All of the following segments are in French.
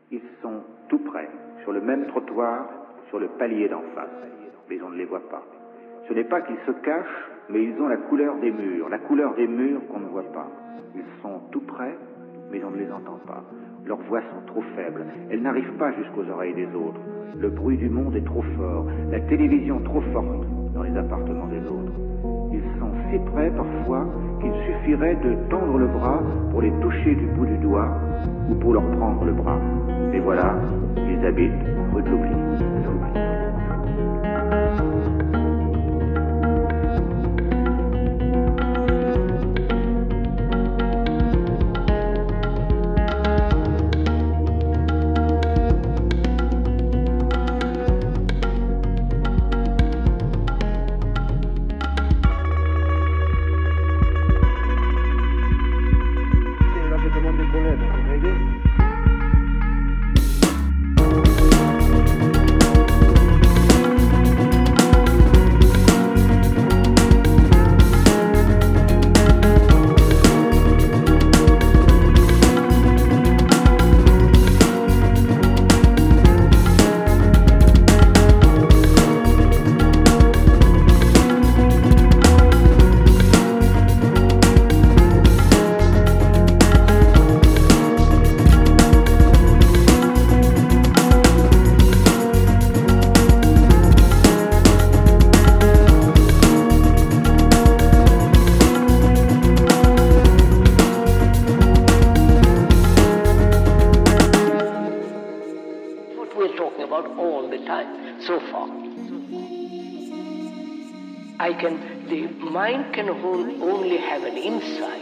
Ils sont tout près, sur le même trottoir, sur le palier d'en face, mais on ne les voit pas. Ce n'est pas qu'ils se cachent, mais ils ont la couleur des murs qu'on ne voit pas. Ils sont tout près, mais on ne les entend pas. Leurs voix sont trop faibles, elles n'arrivent pas jusqu'aux oreilles des autres. Le bruit du monde est trop fort, la télévision trop forte dans les appartements des autres. Ils sont si près parfois qu'il suffirait de tendre le bras pour les toucher du bout du doigt ou pour leur prendre le bras. Et voilà, ils habitent rue de l'Oubli. The mind can only have an insight.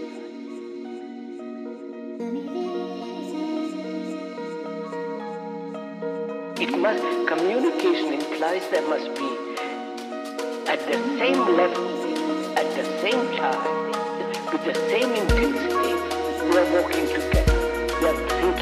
Communication implies there must be at the same level, at the same time, with the same intensity, we are walking together, we are thinking